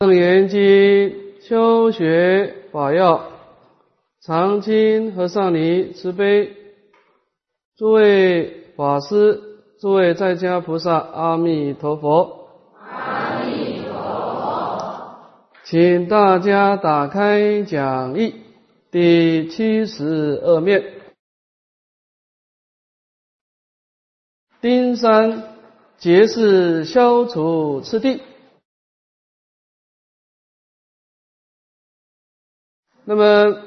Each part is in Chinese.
楞严经修学法要，常亲和尚尼慈悲，诸位法师，诸位在家菩萨，阿弥陀佛。 阿弥陀佛。 请大家打开讲义第72面，丁三结是消除次第。那么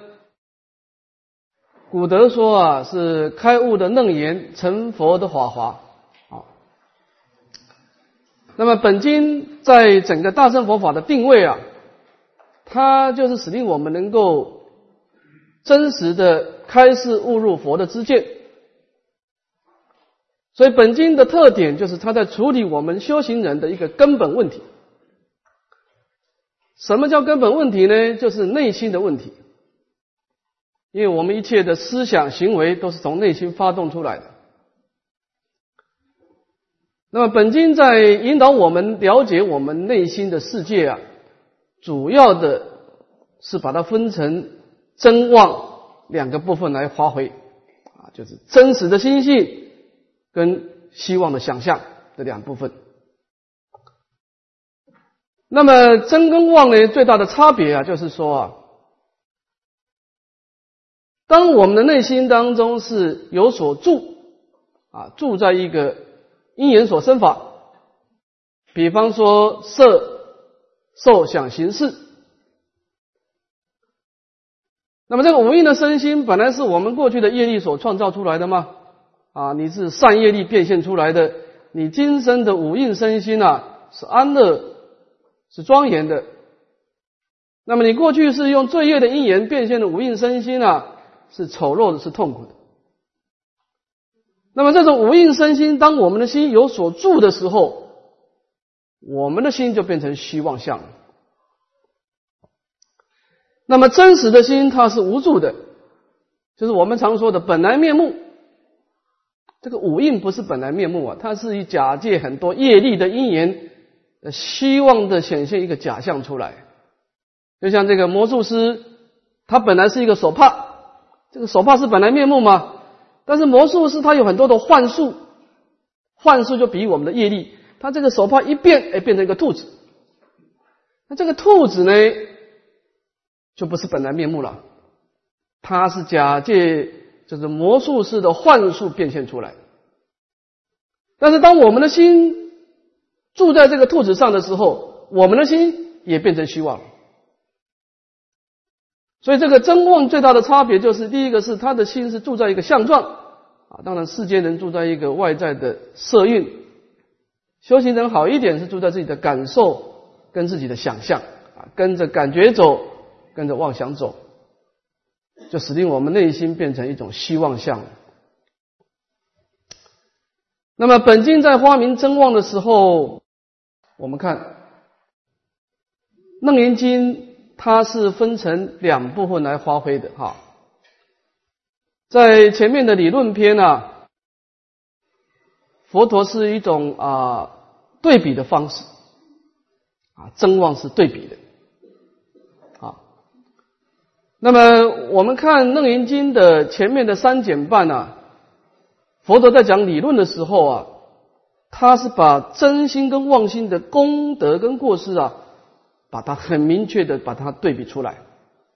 古德说啊，是开悟的楞严，成佛的法华。那么本经在整个大乘佛法的定位啊，它就是使令我们能够真实的开示悟入佛的知见。所以本经的特点就是它在处理我们修行人的一个根本问题。什么叫根本问题呢？就是内心的问题。因为我们一切的思想行为都是从内心发动出来的。那么本经在引导我们了解我们内心的世界啊，主要的是把它分成真妄两个部分来发挥啊，就是真实的心性跟希望的想象这两部分。那么真跟妄呢，最大的差别啊，就是说啊，当我们的内心当中是有所住啊，住在一个因缘所生法，比方说色、受、想、行、识。那么这个五蕴的身心本来是我们过去的业力所创造出来的吗？啊，你是善业力变现出来的，你今生的五蕴身心啊是安乐，是庄严的。那么你过去是用罪业的因缘变现的五蕴身心啊，是丑陋的，是痛苦的。那么这种五蕴身心，当我们的心有所住的时候，我们的心就变成虚妄相了。那么真实的心它是无住的，就是我们常说的本来面目。这个五蕴不是本来面目啊，它是以假借很多业力的因缘，希望的显现一个假象出来。就像这个魔术师，他本来是一个手帕，这个手帕是本来面目吗？但是魔术师他有很多的幻术，幻术就比喻我们的业力，他这个手帕一变，变成一个兔子，那这个兔子呢就不是本来面目了，它是假借就是魔术师的幻术变现出来。但是当我们的心住在这个兔子上的时候，我们的心也变成虚妄。所以这个真妄最大的差别就是，第一个是他的心是住在一个相状啊，当然世间人住在一个外在的色蕴，修行人好一点是住在自己的感受跟自己的想象啊，跟着感觉走，跟着妄想走，就使令我们内心变成一种虚妄相。那么本经在发明真妄的时候，我们看楞严经它是分成两部分来发挥的哈。在前面的理论篇啊，佛陀是一种对比的方式啊，真妄是对比的啊。那么我们看楞严经的前面的三减半啊，佛陀在讲理论的时候啊，他是把真心跟妄心的功德跟过失啊，把它很明确的把它对比出来。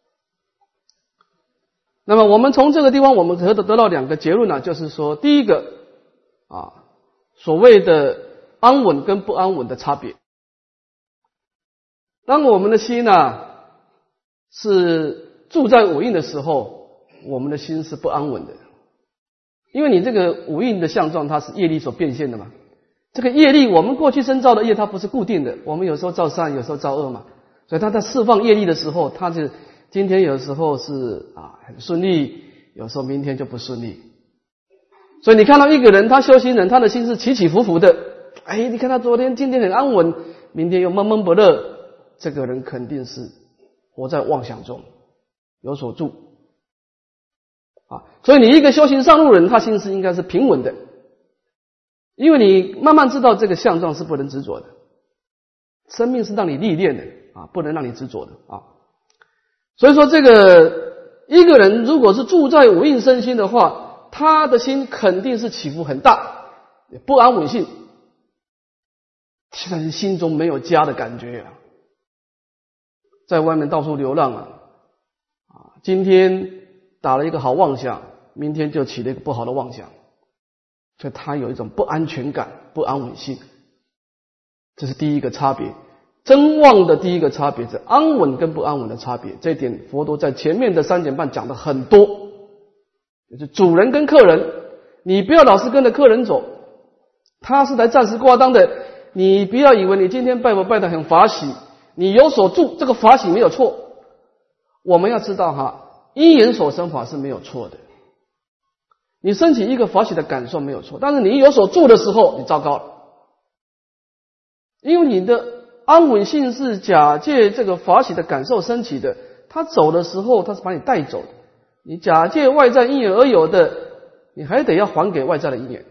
那么我们从这个地方我们可以得到两个结论啊，就是说第一个啊，所谓的安稳跟不安稳的差别。当我们的心啊是住在五蕴的时候，我们的心是不安稳的，因为你这个五蕴的相状它是业力所变现的嘛。这个业力我们过去生造的业它不是固定的，我们有时候造善有时候造恶嘛，所以它在释放业力的时候，它就今天有时候是很顺利，有时候明天就不顺利。所以你看到一个人他修行人，他的心是起起伏伏的，你看他今天很安稳，明天又闷闷不乐，这个人肯定是活在妄想中有所住所以你一个修行上路人，他心是应该是平稳的，因为你慢慢知道这个相状是不能执着的，生命是让你历练的。 不能让你执着的所以说这个一个人如果是住在五蕴身心的话，他的心肯定是起伏很大，不安稳性，但是心中没有家的感觉在外面到处流浪今天打了一个好妄想，明天就起了一个不好的妄想，所以他有一种不安全感、不安稳性，这是第一个差别。真妄的第一个差别是安稳跟不安稳的差别，这一点佛陀在前面的三减半讲的很多，就是主人跟客人，你不要老是跟着客人走，他是来暂时挂单的，你不要以为你今天拜佛拜得很法喜，你有所住，这个法喜没有错。我们要知道因缘所生法是没有错的，你升起一个法喜的感受没有错，但是你有所住的时候你糟糕了，因为你的安稳性是假借这个法喜的感受升起的，他走的时候他是把你带走的，你假借外在因缘而有的，你还得要还给外在的因缘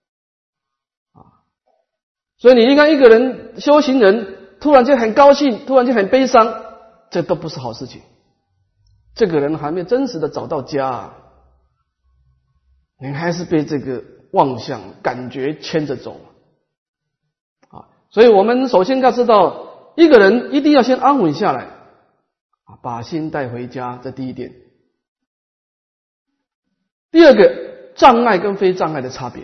所以你应该一个人修行人突然间很高兴，突然间很悲伤，这都不是好事情，这个人还没有真实的找到家你还是被这个妄想感觉牵着走所以我们首先要知道，一个人一定要先安稳下来把心带回家，这第一点。第二个，障碍跟非障碍的差别。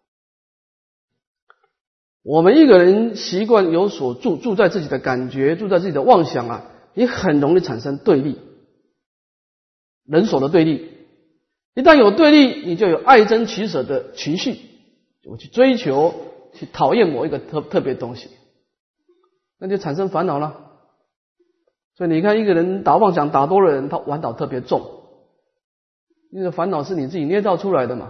我们一个人习惯有所住，住在自己的感觉，住在自己的妄想也很容易产生对立，人所的对立。一旦有对立，你就有爱憎取舍的情绪，我去追求去讨厌某一个特别东西，那就产生烦恼了。所以你看一个人打妄想打多了人，他烦恼特别重，因为烦恼是你自己捏造出来的嘛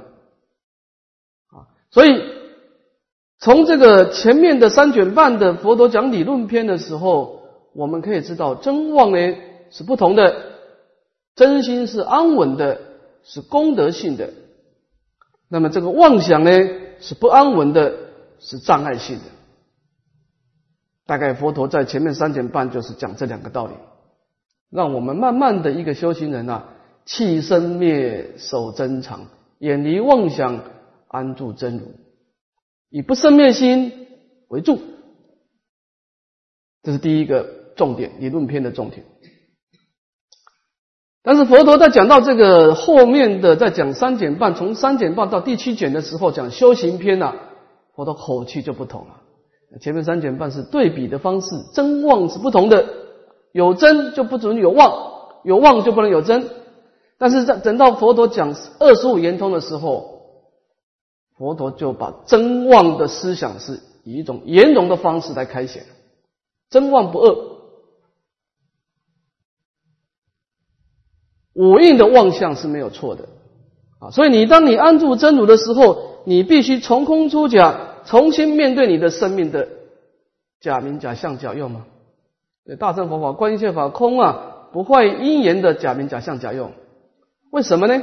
所以从这个前面的三卷半的佛陀讲理论篇的时候，我们可以知道真妄呢是不同的，真心是安稳的，是功德性的，那么这个妄想呢是不安稳的，是障碍性的。大概佛陀在前面三减半就是讲这两个道理，让我们慢慢的一个修行人弃生灭，守真常，远离妄想，安住真如，以不生灭心为住，这是第一个重点，理论篇的重点。但是佛陀在讲到这个后面的，在讲三减半，从三减半到第七减的时候，讲修行篇佛陀口气就不同了。前面三减半是对比的方式，真妄是不同的，有真就不准有妄，有妄就不能有真。但是等到佛陀讲25圆通的时候，佛陀就把真妄的思想是以一种圆融的方式来开显，真妄不二，五蕴的妄相是没有错的所以当你安住真如的时候，你必须从空出假，重新面对你的生命的假名假相假用嘛。大乘佛法观一切法空不坏因缘的假名假相假用。为什么呢？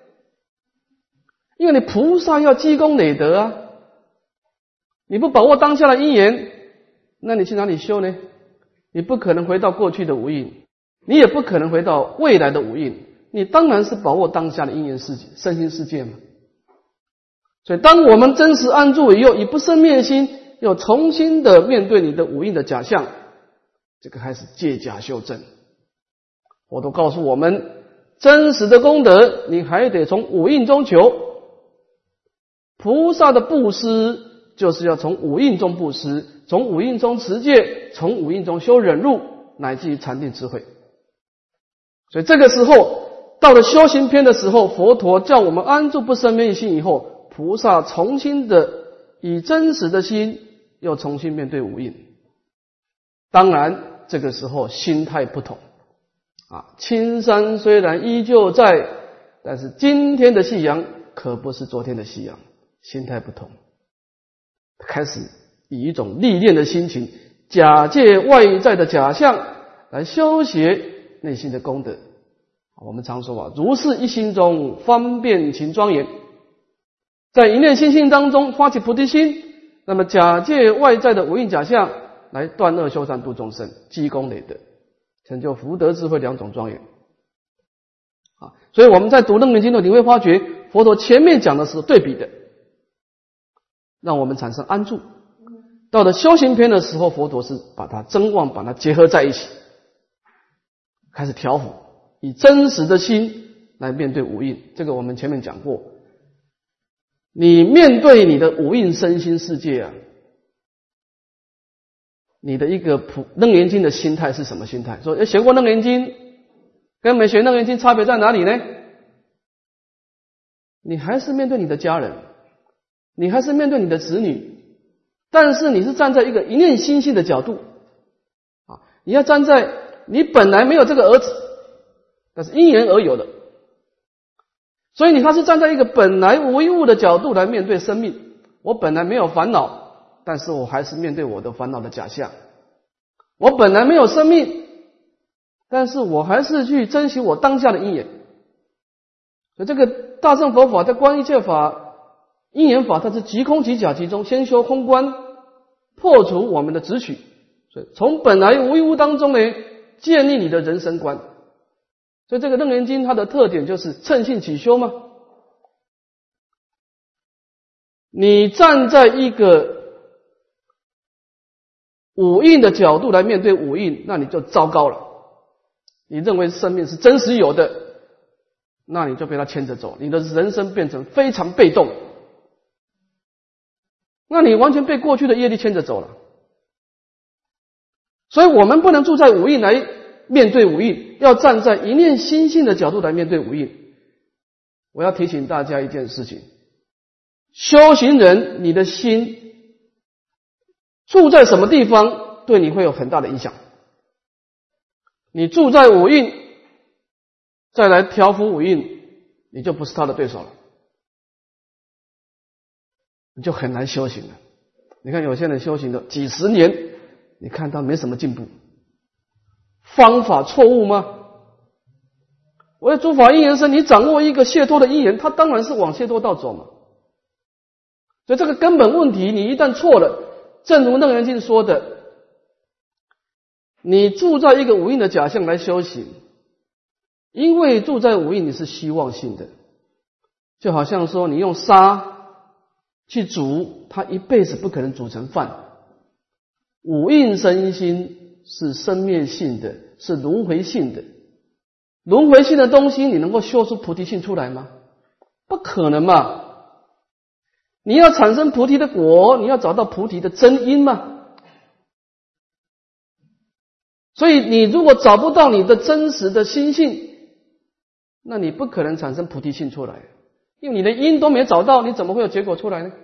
因为你菩萨要积功累德你不把握当下的因缘，那你去哪里修呢？你不可能回到过去的五蕴，你也不可能回到未来的五蕴，你当然是把握当下的因缘世界、身心世界嘛。所以当我们真实安住以后，以不生灭心又重新的面对你的五蕴的假象，这个开始借假修真。我都告诉我们，真实的功德你还得从五蕴中求。菩萨的布施就是要从五蕴中布施，从五蕴中持戒，从五蕴中修忍辱，乃至于禅定智慧。所以这个时候到了修行篇的时候，佛陀叫我们安住不生灭心以后，菩萨重新的以真实的心又重新面对五蕴。当然这个时候心态不同青山虽然依旧在，但是今天的夕阳可不是昨天的夕阳，心态不同，开始以一种历练的心情，假借外在的假象来修学内心的功德。我们常说如是一心中方便勤庄严，在一念心性当中发起菩提心，那么假借外在的五蕴假象来断恶修善度众生，积功累德，成就福德智慧两种庄严。所以我们在读楞严经的你会发觉，佛陀前面讲的是对比的，让我们产生安住。到了修行篇的时候，佛陀是把它真妄把它结合在一起，开始调伏，以真实的心来面对五蕴。这个我们前面讲过，你面对你的五蕴身心世界啊，你的一个楞严经的心态是什么心态？说学过楞严经跟没学楞严经差别在哪里呢？你还是面对你的家人，你还是面对你的子女，但是你是站在一个一念心性的角度啊，你要站在你本来没有这个儿子，但是因缘而有的，所以你还是站在一个本来无一物的角度来面对生命。我本来没有烦恼，但是我还是面对我的烦恼的假象。我本来没有生命，但是我还是去珍惜我当下的因缘。所以这个大乘佛法在观一切法因缘法，它是即空即假即中，先修空观，破除我们的执取，所以从本来无一物当中呢，建立你的人生观。所以这个楞严经它的特点就是乘性起修嘛。你站在一个五蕴的角度来面对五蕴，那你就糟糕了。你认为生命是真实有的，那你就被它牵着走，你的人生变成非常被动，那你完全被过去的业力牵着走了。所以我们不能住在五蕴来面对五蕴，要站在一念心性的角度来面对五蕴。我要提醒大家一件事情，修行人你的心住在什么地方，对你会有很大的影响。你住在五蕴，再来调伏五蕴，你就不是他的对手了，你就很难修行了。你看有些人修行了几十年，你看他没什么进步，方法错误吗？我的诸法因缘身，你掌握一个解脱的因缘，他当然是往解脱道走嘛。所以这个根本问题，你一旦错了，正如楞严经说的，你住在一个五蕴的假象来修行，因为住在五蕴你是希望性的，就好像说你用沙去煮，它一辈子不可能煮成饭。五蕴身心是生灭性的，是轮回性的，轮回性的东西你能够修出菩提性出来吗？不可能嘛。你要产生菩提的果，你要找到菩提的真因嘛。所以你如果找不到你的真实的心性，那你不可能产生菩提性出来，因为你的因都没找到，你怎么会有结果出来呢？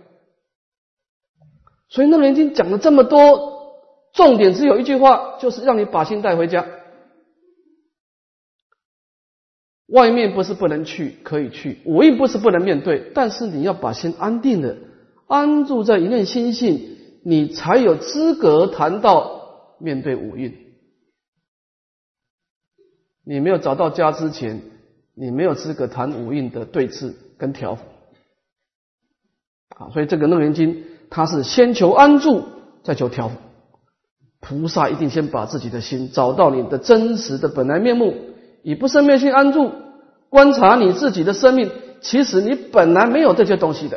所以楞严经讲了这么多，重点只有一句话，就是让你把心带回家。外面不是不能去，可以去，五蕴不是不能面对，但是你要把心安定了，安住在一念心性，你才有资格谈到面对五蕴。你没有找到家之前，你没有资格谈五蕴的对治跟调伏。好，所以这个楞严经它是先求安住，再求调伏。菩萨一定先把自己的心找到你的真实的本来面目，以不生灭性安住，观察你自己的生命，其实你本来没有这些东西的，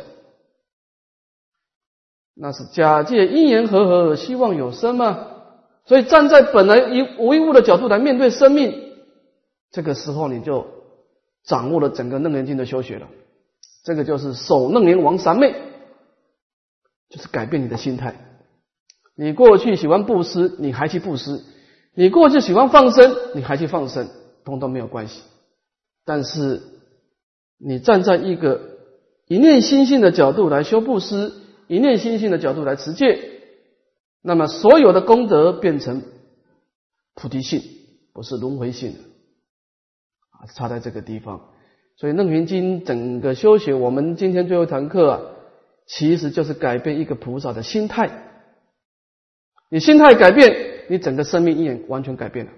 那是假借因缘和合，希望有生嘛。所以站在本来无一物的角度来面对生命，这个时候你就掌握了整个楞严经的修学了。这个就是守楞严王三昧，就是改变你的心态。你过去喜欢布施，你还去布施；你过去喜欢放生，你还去放生，通通没有关系。但是你站在一个一念心性的角度来修布施，一念心性的角度来持戒，那么所有的功德变成菩提性，不是轮回性的，差在这个地方。所以楞严经整个修学，我们今天最后一堂课啊，其实就是改变一个菩萨的心态。你心态改变，你整个生命因缘完全改变了。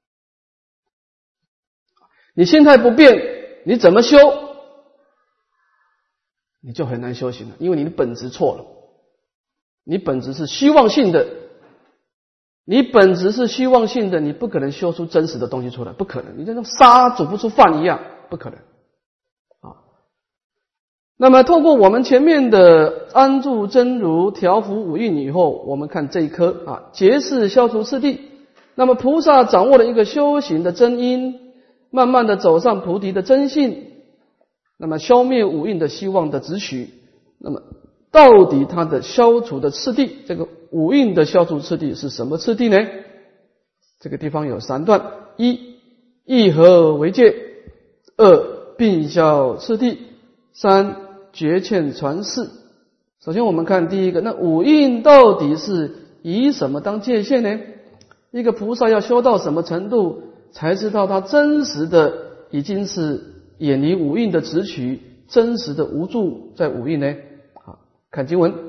你心态不变，你怎么修，你就很难修行了，因为你的本质错了。你本质是希望性的， 你本质是虚妄性的，你不可能修出真实的东西出来，不可能。你就像沙煮不出饭一样，不可能啊。那么透过我们前面的安住真如、调伏五蕴以后，我们看这一颗啊，结是消除次第。那么菩萨掌握了一个修行的真因，慢慢的走上菩提的真性，那么消灭五蕴的希望的执取。那么到底它的消除的次第，这个五蕴的消除次第是什么次第呢？这个地方有3段：一、义合为戒；二、并消次第；三、觉欠传世。首先我们看第一个，那五蕴到底是以什么当界限呢？一个菩萨要修到什么程度，才知道他真实的已经是远离五蕴的执取，真实的无住在五蕴呢？看经文。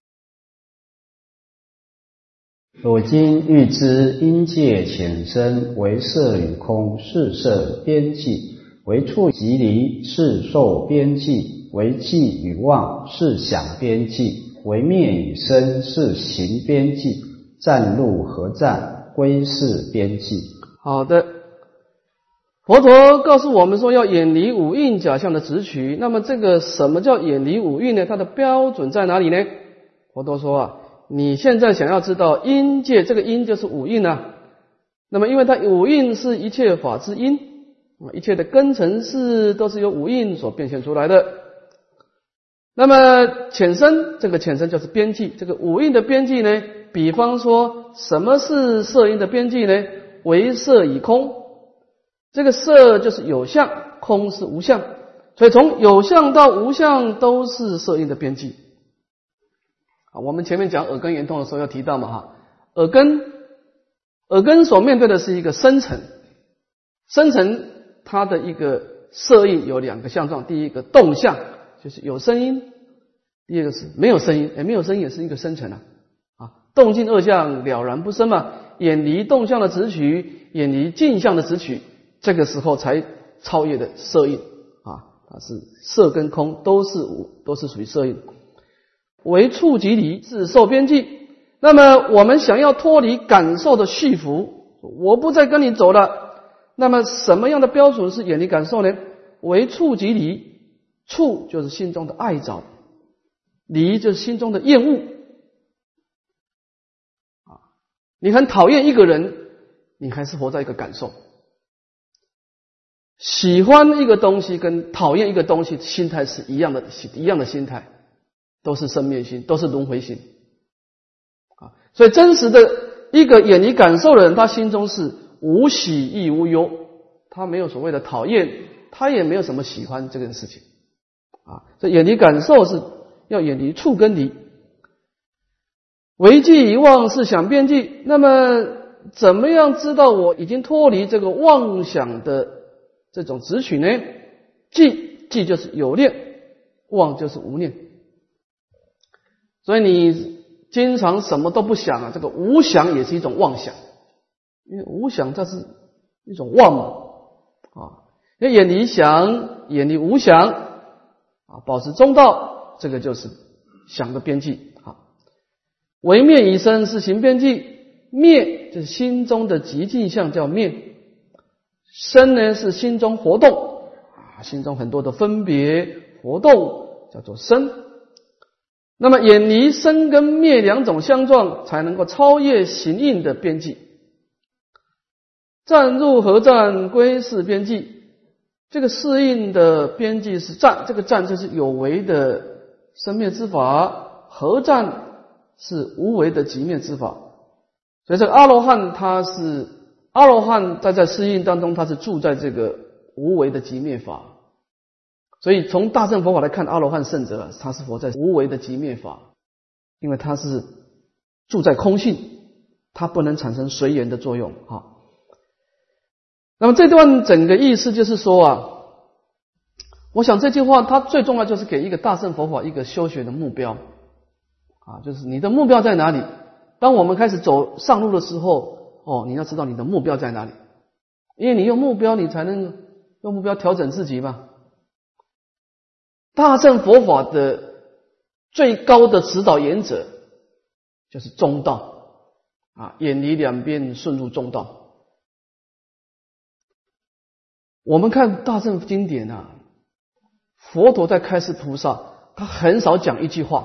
我今欲知因界浅深为色与空是色边际，为处即离是受边际，为寂与妄是想边际，为灭与生是行边际，暂入合暂归是边际。 好的，佛陀告诉我们说要远离五蕴假象的执取。那么这个什么叫远离五蕴呢？它的标准在哪里呢？佛陀说啊，你现在想要知道因界，这个因就是五蕴啊。那么因为它五蕴是一切法之因，一切的根尘事都是由五蕴所变现出来的。那么浅深，这个浅深就是边际，这个五蕴的边际呢，比方说什么是色因的边际呢？为色以空，这个色就是有相，空是无相，所以从有相到无相都是色因的边际。我们前面讲耳根圆通的时候要提到嘛，耳根所面对的是一个深层，深层它的一个色印有2个相状，第一个动相，就是有声音；第二个是没有声音，没有声音也是一个深层啊。动静二相了然不生嘛，远离动相的执取，远离静相的执取，这个时候才超越的色印啊，它是色跟空都是属于色印。为处即离是受边际。那么我们想要脱离感受的束缚，我不再跟你走了，那么什么样的标准是远离感受呢？为处即离，处就是心中的爱着，离就是心中的厌恶啊。你很讨厌一个人，你还是活在一个感受。喜欢一个东西跟讨厌一个东西心态是一样的心态，都是生灭心，都是轮回心啊。所以真实的一个远离感受的人，他心中是无喜亦无忧，他没有所谓的讨厌，他也没有什么喜欢这件事情啊。所以远离感受是要远离处跟离。为寂与妄是想边际。那么怎么样知道我已经脱离这个妄想的这种执取呢？寂就是有念，妄就是无念。所以你经常什么都不想啊，这个无想也是一种妄想，因为无想它是一种妄嘛啊。要远离想，远离无想啊，保持中道，这个就是想的边际啊。为灭以生是行边际，灭就是心中的极静相叫灭，生呢是心中活动啊，心中很多的分别活动叫做生。那么远离生跟灭2种相状，才能够超越行印的边际。暂入合暂归是边际，这个适应的边际是暂，这个暂就是有为的生灭之法，合暂是无为的极灭之法。所以这个阿罗汉在适应当中，他是住在这个无为的极灭法。所以从大乘佛法来看，阿罗汉圣者他是活在无为的极灭法，因为他是住在空性，他不能产生随缘的作用啊。那么这段整个意思就是说啊，我想这句话它最重要就是给一个大乘佛法一个修学的目标啊，就是你的目标在哪里？当我们开始走上路的时候，你要知道你的目标在哪里，因为你用目标，你才能用目标调整自己嘛。大乘佛法的最高的指导原则就是中道远离两边，顺入中道。我们看大乘经典佛陀在开示菩萨，他很少讲一句话，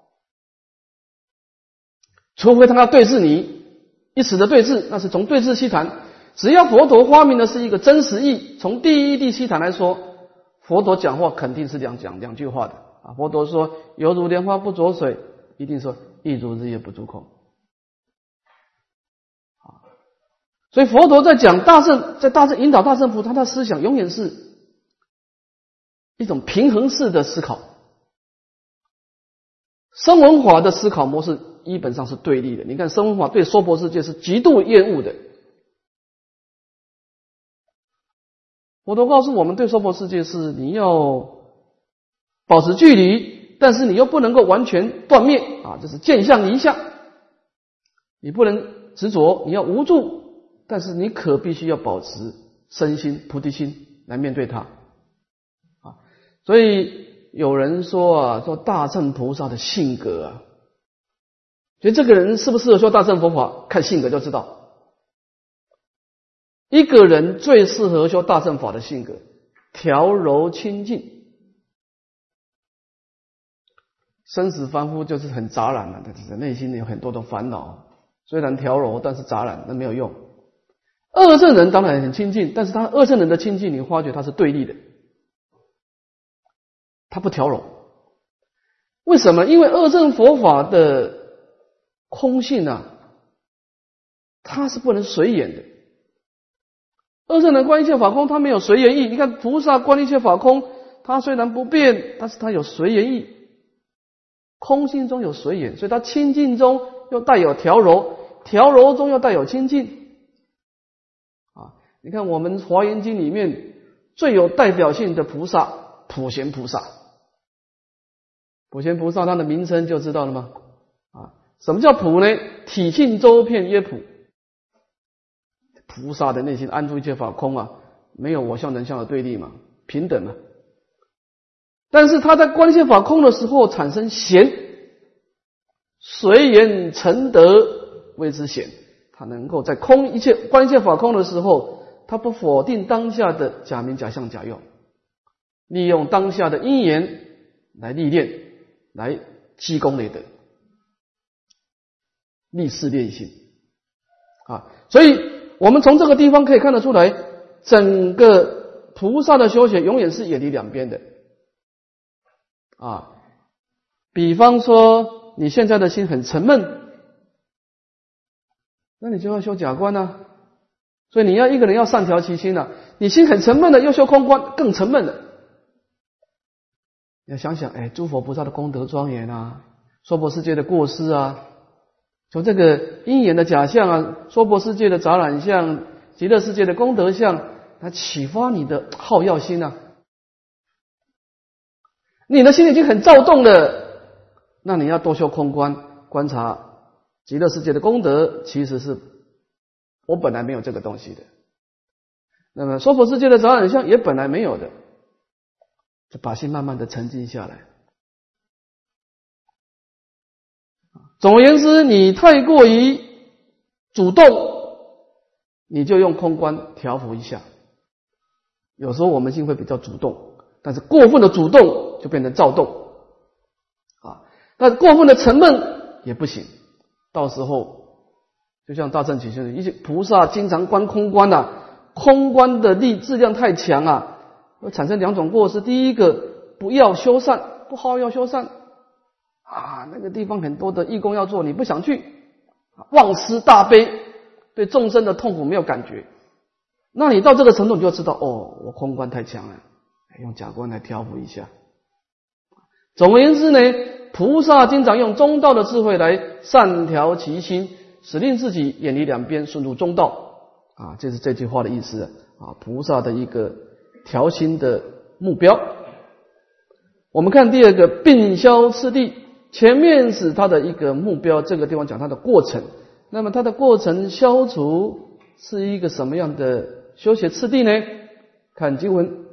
除非他要对治你一时的对治，那是从对治西谈。只要佛陀发明的是一个真实义，从第一、第七谈来说，佛陀讲话肯定是讲两句话的佛陀说犹如莲花不着水，一定说亦如日月不住空。所以佛陀在讲大乘，在大乘引导大乘菩萨，他的思想永远是一种平衡式的思考。声闻法的思考模式基本上是对立的。你看声闻法对娑婆世界是极度厌恶的。佛陀告诉我们，对娑婆世界是你要保持距离，但是你又不能够完全断灭这是见相离相。你不能执着，你要无助，但是你必须要保持身心菩提心来面对它所以有人说说大乘菩萨的性格所以这个人适不适合修大乘佛法，看性格就知道。一个人最适合修大乘法的性格，调柔清净。生死凡夫就是很杂染内心有很多的烦恼，虽然调柔，但是杂染，那没有用。二乘人当然很清净，但是他二乘人的清净，你发觉他是对立的，他不调柔。为什么？因为二乘佛法的空性它是不能随缘的。二乘人观一切法空，他没有随缘意。你看菩萨观一切法空，他虽然不变，但是他有随缘意，空性中有随缘，所以他清净中又带有调柔，调柔中又带有清净你看我们华严经里面最有代表性的菩萨，普贤菩萨。普贤菩萨他的名称就知道了吗什么叫普呢？体性周遍曰普。菩萨的内心安住一切法空没有我相人相的对立嘛，平等嘛。但是他在观一切法空的时候产生贤，随缘成德谓之贤。他能够在观一切法空的时候，他不否定当下的假名假相假用，利用当下的因缘来历练，来积功累德，立事练心所以我们从这个地方可以看得出来，整个菩萨的修学永远是远离两边的比方说你现在的心很沉闷，那你就要修假观所以你要一个人要善调其心你心很沉闷的，又修空观更沉闷了。你要想想诸佛菩萨的功德庄严娑婆世界的过失从这个因缘的假象娑婆世界的杂染相，极乐世界的功德相，来启发你的好药心你的心已经很躁动了，那你要多修空观，观察极乐世界的功德，其实是我本来没有这个东西的。那么娑婆世界的杂染相也本来没有的，就把心慢慢的沉静下来。总而言之，你太过于主动，你就用空观调伏一下。有时候我们心会比较主动，但是过分的主动就变成躁动但是过分的沉闷也不行。到时候就像大乘起信一些菩萨经常观空观空观的质量太强会产生两种过失。第一个，不要修善，不好要修善那个地方很多的义工要做，你不想去，忘失大悲，对众生的痛苦没有感觉。那你到这个程度，你就知道我空观太强了，用假观来调伏一下。总而言之呢，菩萨经常用中道的智慧来善调其心，使令自己远离两边，顺入中道这是这句话的意思菩萨的一个调心的目标。我们看第二个，并消次第。前面是他的一个目标，这个地方讲他的过程。那么他的过程消除是一个什么样的修学次第呢？看经文，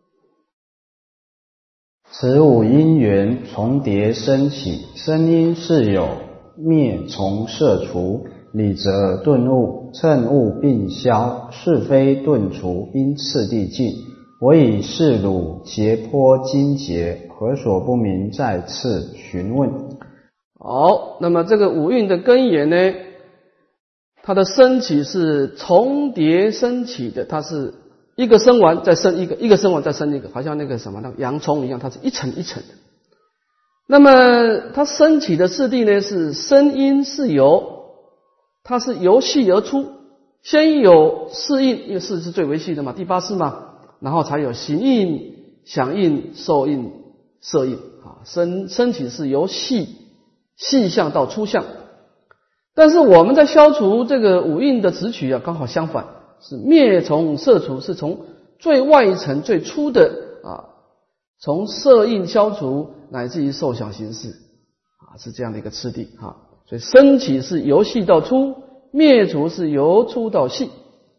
此五因缘重叠生起，声音是有，灭从摄除， 理则顿悟，乘悟并消，是非顿除，因次第尽。我以是汝解颇精节，何所不明在次询问。 好，那么这个五蕴的根源呢，它的升起是重叠升起的，它是一个生完再生一个，一个生完再生一个，好像那个什么那个洋葱一样，它是一层一层的。那么它升起的次第呢，是生因是由，它是由细而出，先有识印，因为识是最为细的嘛，第八识嘛，然后才有行印、响应、受印、色印啊，升起是由细相到粗相。但是我们在消除这个五蕴的执取啊，刚好相反，是灭从摄除，是从最外层最粗的从色印消除乃至于受想行识是这样的一个次第所以升起是由细到粗，灭除是由粗到细。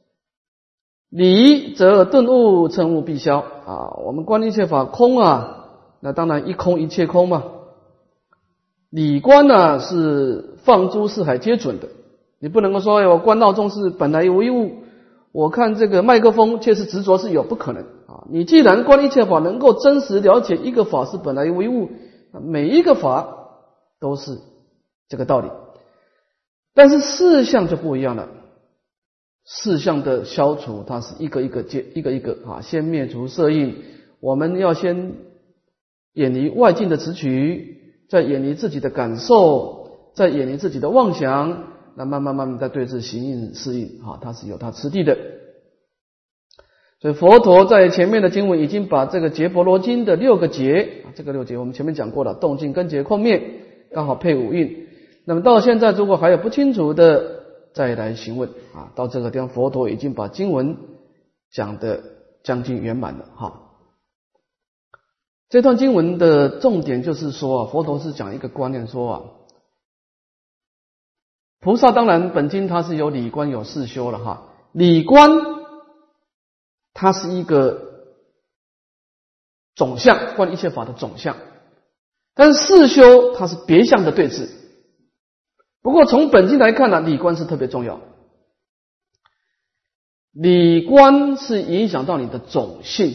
理则顿悟，乘悟必消我们观一切法空那当然一空一切空嘛。理观呢是放诸四海皆准的，你不能够说我观闹众是本来无一物，我看这个麦克风却是执着是有，不可能你既然观一切法能够真实了解一个法是本来无一物，每一个法都是这个道理。但是四相就不一样了，四相的消除它是一个一个先灭除色印，我们要先远离外境的执取，再远离自己的感受，再远离自己的妄想，那慢慢再对治行印识印它是有它次第的。所以佛陀在前面的经文已经把这个结婆罗经的六个结，这个六结我们前面讲过了，动静根结空灭，刚好配五蕴。那么到现在如果还有不清楚的，再来询问到这个地方佛陀已经把经文讲得将近圆满了这段经文的重点就是说佛陀是讲一个观念说菩萨当然本经它是有理观有事修了理观它是一个总相，观一切法的总相，但是事修它是别相的对治。不过从本经来看理观是特别重要，理观是影响到你的种性，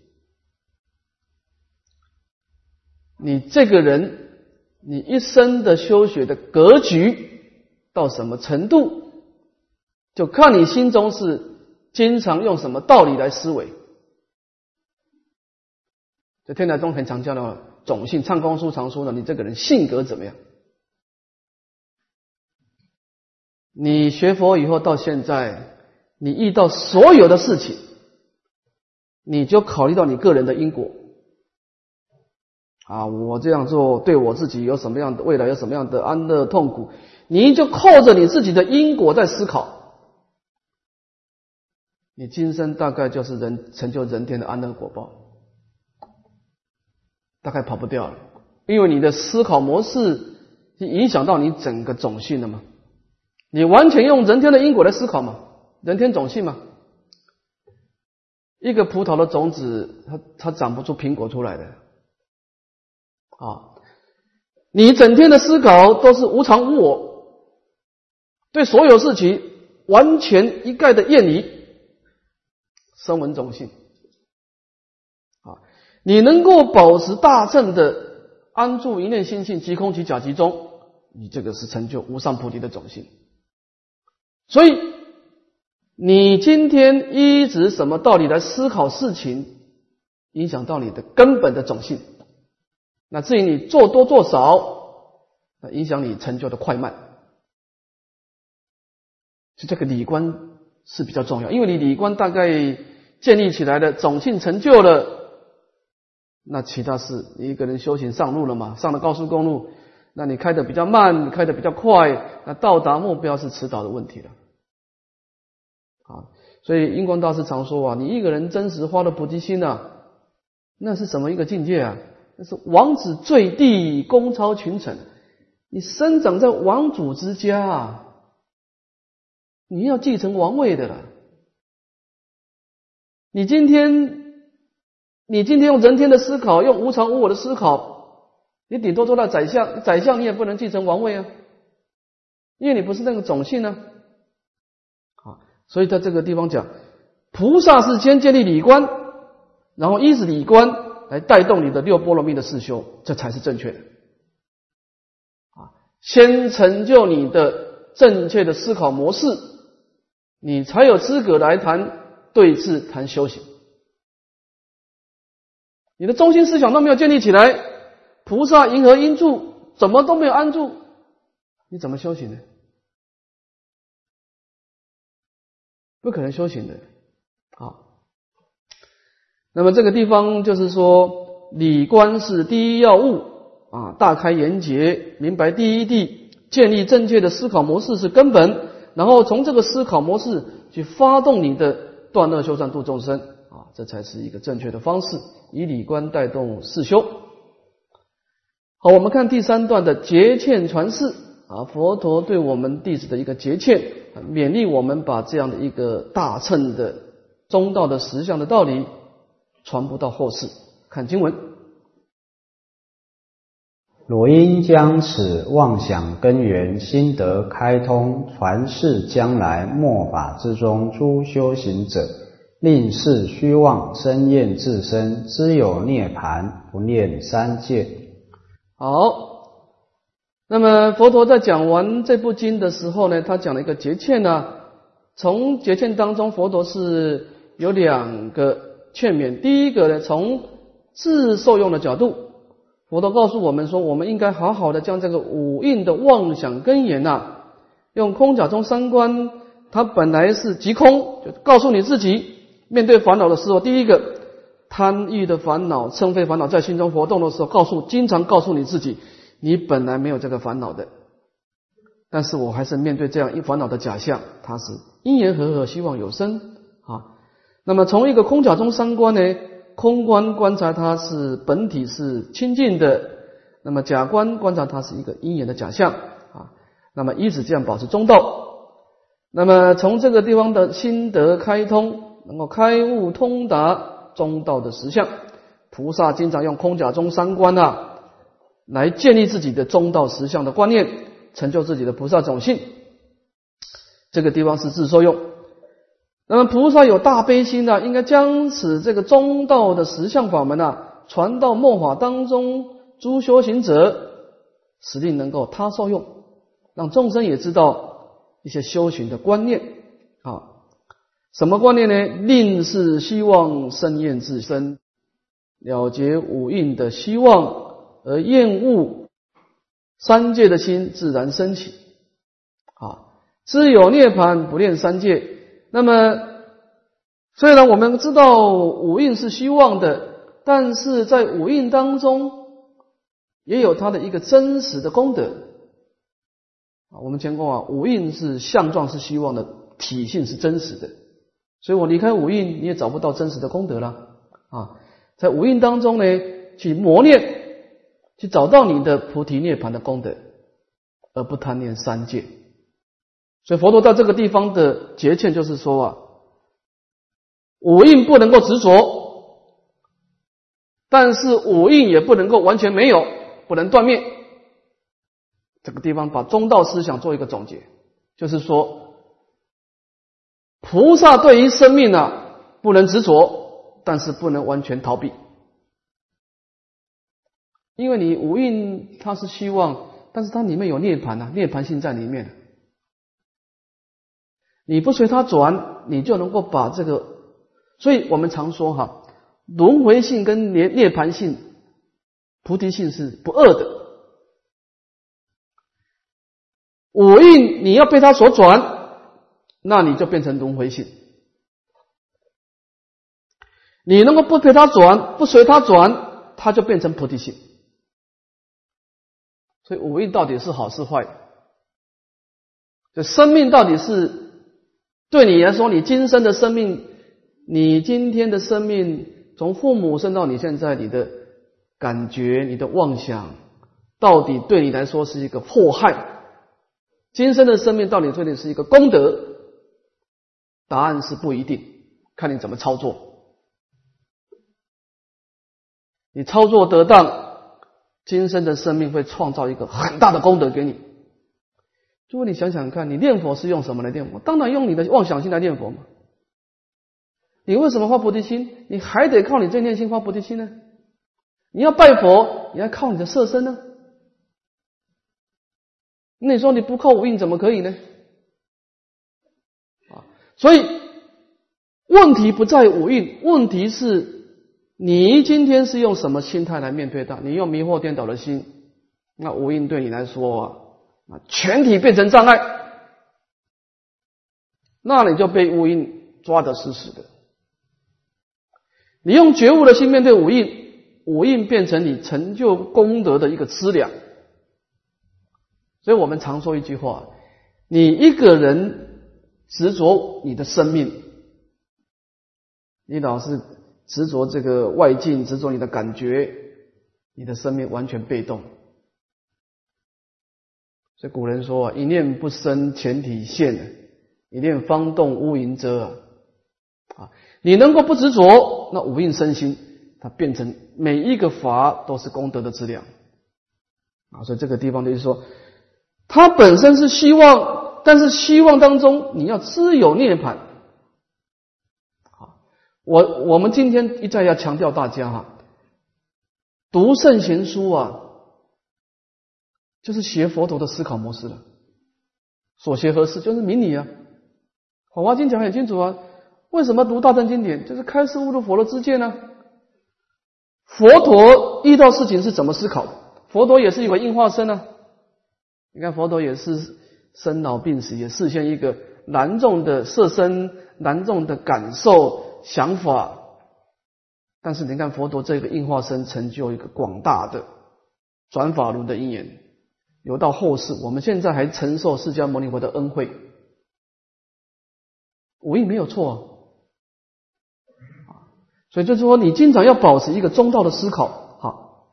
你这个人你一生的修学的格局到什么程度，就看你心中是经常用什么道理来思维。这天台宗很常讲的种性，唱功书常说的，你这个人性格怎么样？你学佛以后到现在，你遇到所有的事情，你就考虑到你个人的因果我这样做对我自己有什么样的未来，有什么样的安乐痛苦，你就靠着你自己的因果在思考，你今生大概就是成就人天的安乐果报，大概跑不掉了，因为你的思考模式影响到你整个种性了嘛。你完全用人天的因果来思考嘛，人天种性嘛。一个葡萄的种子它长不出苹果出来的你整天的思考都是无常无我，对所有事情完全一概的厌离，声闻种性你能够保持大乘的安住一念心性，即空即假即中，你这个是成就无上菩提的种性。所以你今天依止什么道理来思考事情，影响到你的根本的种性。那至于你做多做少，那影响你成就的快慢。就这个理观是比较重要，因为你理观大概建立起来的种性成就了，那其他事你一个人修行上路了嘛，上了高速公路，那你开得比较慢，你开得比较快，那到达目标是迟早的问题了所以印光大师常说你一个人真实发了菩提心那是什么一个境界那是王子坠地，功超群臣，你生长在王主之家你要继承王位的了。你今天用人天的思考，用无常无我的思考，你顶多做到宰相，宰相你也不能继承王位因为你不是那个种性呢。所以在这个地方讲，菩萨是先建立理观，然后依止理观来带动你的六波罗蜜的四修，这才是正确的。先成就你的正确的思考模式，你才有资格来谈对治、谈修行。你的中心思想都没有建立起来，菩萨银河因住怎么都没有安住，你怎么修行呢？不可能修行的。那么这个地方就是说，理观是第一要务大开眼界，明白第一谛，建立正确的思考模式是根本，然后从这个思考模式去发动你的断恶修善度众生这才是一个正确的方式，以理观带动四修。好，我们看第3段的结劝传世佛陀对我们弟子的一个结劝，勉励我们把这样的一个大乘的中道的实相的道理传播到后世。看经文， 汝应将此妄想根源心得开通，传世将来末法之中诸修行者，令是虚妄生厌自身，知有涅槃，不念三界。 好，那么佛陀在讲完这部经的时候呢，他讲了一个结劝从结劝当中，佛陀是有2个劝勉。第一个呢，从自受用的角度，佛陀告诉我们说，我们应该好好的将这个五蕴的妄想根源用空假中三观，它本来是即空，就告诉你自己面对烦恼的时候，第一个贪欲的烦恼、嗔恚烦恼在心中活动的时候，经常告诉你自己，你本来没有这个烦恼的，但是我还是面对这样一烦恼的假象，它是因缘和合，希望有生那么从一个空假中三观呢，空观观察它是本体是清净的，那么假观观察它是一个因缘的假象那么一直这样保持中道。那么从这个地方的心得开通，能够开悟通达中道的实相。菩萨经常用空假中三观来建立自己的中道实相的观念，成就自己的菩萨种性。这个地方是自受用。那么菩萨有大悲心应该将此这个中道的实相法门传到末法当中诸修行者，使令能够他受用，让众生也知道一些修行的观念什么观念呢？令是希望生厌自身，了结五蕴的希望，而厌恶三界的心自然升起知有涅槃，不念三界。那么虽然我们知道五蕴是虚妄的，但是在五蕴当中也有它的一个真实的功德我们讲过五蕴是相状是虚妄的，体性是真实的，所以我离开五蕴你也找不到真实的功德了在五蕴当中呢，去磨练，去找到你的菩提涅槃的功德，而不贪念三界。所以佛陀在这个地方的结劝就是说五蕴不能够执着，但是五蕴也不能够完全没有，不能断灭。这个地方把中道思想做一个总结，就是说菩萨对于生命不能执着，但是不能完全逃避。因为你五蕴它是虚妄，但是它里面有涅槃涅槃性在里面，你不随它转，你就能够把这个，所以我们常说轮回性跟涅槃性、菩提性是不二的。五蕴你要被它所转，那你就变成轮回性；你能够不被它转，不随它转，它就变成菩提性。所以五蕴到底是好是坏？就生命到底是对你来说，你今生的生命，你今天的生命，从父母生到你现在，你的感觉、你的妄想，到底对你来说是一个祸害？今生的生命到底对你是一个功德？答案是不一定，看你怎么操作。你操作得当，今生的生命会创造一个很大的功德给你。 诸位你想想看，你念佛是用什么来念佛？当然用你的妄想心来念佛嘛。你为什么发菩提心？你还得靠你这念心发菩提心呢？你要拜佛，你要靠你的色身呢？那你说你不靠无印怎么可以呢？所以问题不在无印，问题是你今天是用什么心态来面对它？你用迷惑颠倒的心，那无印对你来说全体变成障碍，那你就被无印抓得死死的。你用觉悟的心面对无印，无印变成你成就功德的一个资粮。所以我们常说一句话，你一个人执着你的生命，你老是执着这个外境，执着你的感觉，你的生命完全被动。所以古人说一念不生前体现，一念方动无垠遮你能够不执着，那无印生心，它变成每一个法都是功德的资粮所以这个地方就是说，它本身是希望，但是希望当中你要知有涅槃。我们今天一再要强调大家读圣贤书就是学佛陀的思考模式了。所学何事？就是明理法华经讲得很清楚为什么读大乘经典？就是开示悟入佛的知见佛陀遇到事情是怎么思考的？佛陀也是一个应化身你看佛陀也是生老病死，也示现一个难重的色身，难重的感受想法。但是你看佛陀这个应化身成就一个广大的转法轮的因缘，有到后世，我们现在还承受释迦牟尼佛的恩惠，无印没有错所以就是说你经常要保持一个中道的思考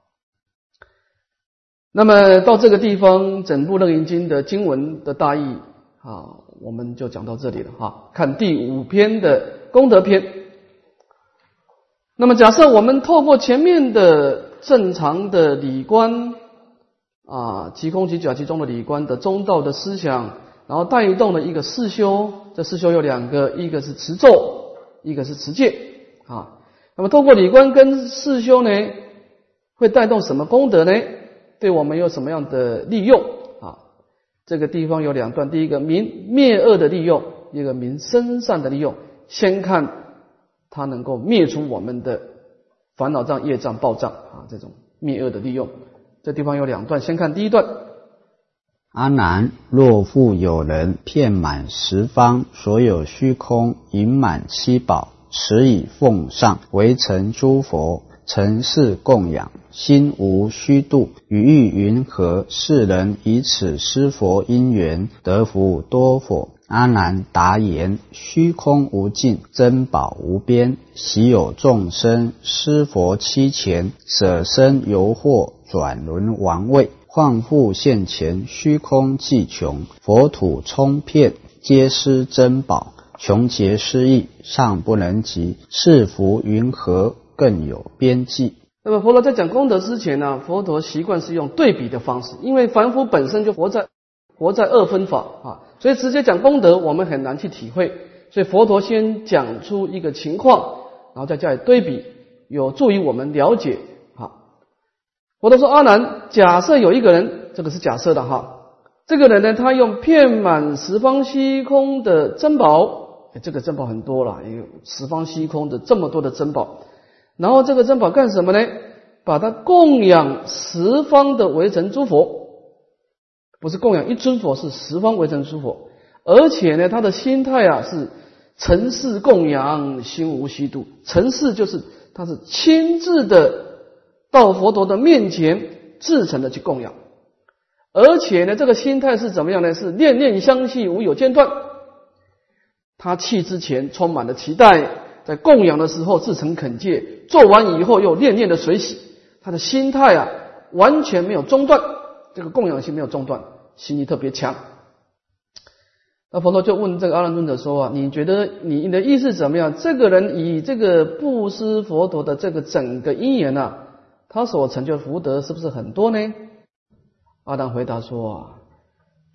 那么到这个地方，整部楞严经的经文的大意我们就讲到这里了看第5篇的功德篇。那么假设我们透过前面的正常的理观即空即假即中的理观的中道的思想，然后带动了一个四修，这四修有2个，一个是持咒，一个是持戒那么透过理观跟四修呢，会带动什么功德呢？对我们有什么样的利用这个地方有2段，第一个明灭恶的利用，一个明生善的利用。先看它能够灭除我们的烦恼障、业障、报障这种灭恶的利用。这地方有2段，先看第一段。 阿难，若复有人遍满十方所有虚空，盈满七宝，持以奉上，为成诸佛，承事供养，心无虚度，与欲云何？世人以此施佛因缘，得福多否？阿难答言：虚空无尽，珍宝无边，昔有众生施佛期前，舍身游惑，转轮王位，况复现前，虚空既穷，佛土充遍，皆施珍宝，穷劫失意，尚不能及，是福云何？更有边际。 那么佛陀在讲功德之前佛陀习惯是用对比的方式，因为凡夫本身就活在二分法所以直接讲功德我们很难去体会，所以佛陀先讲出一个情况，然后再加以对比，有助于我们了解佛陀说阿难，假设有一个人，这个是假设的这个人呢，他用遍满十方虚空的珍宝，这个珍宝很多了，有十方虚空的这么多的珍宝，然后这个珍宝干什么呢？把它供养十方的微尘诸佛，不是供养一尊佛，是十方微尘诸佛，而且呢，他的心态是承事供养，心无虚度。承事就是他是亲自的到佛陀的面前至诚的去供养，而且呢，这个心态是怎么样呢？是念念相续，无有间断。他去之前充满了期待，在供养的时候至诚恳切，做完以后又念念的随喜，他的心态完全没有中断，这个供养心没有中断，心力特别强。那佛陀就问这个阿难尊者说你觉得你的意思怎么样？这个人以这个布施佛陀的这个整个因缘他所成就的福德是不是很多呢？阿难回答说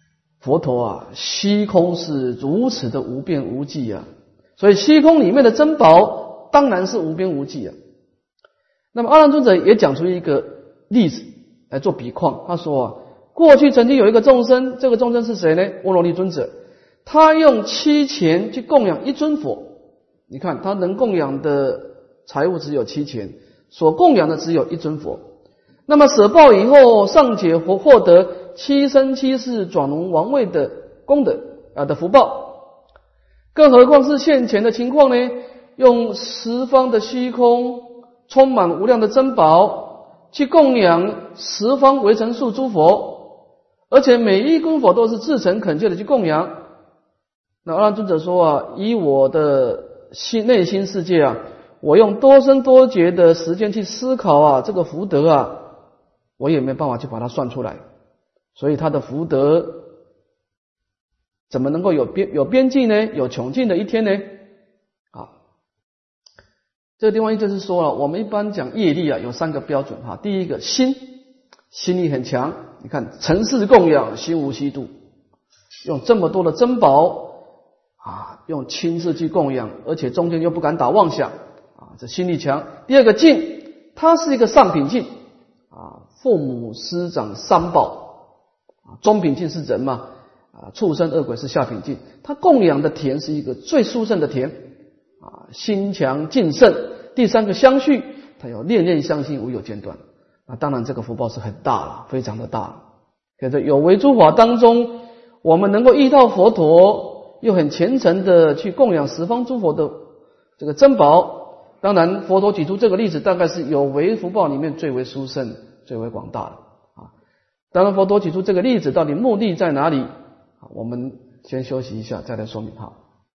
佛陀啊，虚空是如此的无边无际啊，所以虚空里面的珍宝当然是无边无际啊。那么阿难尊者也讲出一个例子来做比况，他说啊，过去曾经有一个众生，这个众生是谁呢？阿罗利尊者，他用7钱去供养一尊佛。你看他能供养的财物只有7钱，所供养的只有一尊佛。那么舍报以后，尚且获得7生7世转轮王位的功德的福报，更何况是现前的情况呢？用十方的虚空充满无量的珍宝去供养十方围城数诸佛，而且每一尊佛都是至诚恳切的去供养。那阿难尊者说啊，以我的内心世界啊，我用多生多劫的时间去思考啊，这个福德啊，我也没办法去把它算出来。所以他的福德怎么能够有边际呢？有穷尽的一天呢？这个地方就是说了，我们一般讲业力啊，有3个标准哈。第一个心力很强，你看尘世供养，心无虚度，用这么多的珍宝啊，用亲自去供养，而且中间又不敢打妄想啊，这心力强。第二个敬，它是一个上品敬啊，父母师长三宝啊，中品敬是人嘛啊，畜生恶鬼是下品敬，他供养的田是一个最殊胜的田啊，心强敬胜。第3个相续，他要念念相信，无有间断。那当然这个福报是很大了，非常的大了。可是有为诸法当中，我们能够依靠佛陀，又很虔诚的去供养十方诸佛的这个珍宝。当然佛陀举出这个例子，大概是有为福报里面最为殊胜、最为广大的啊。当然佛陀举出这个例子，到底目的在哪里？我们先休息一下，再来说明哈。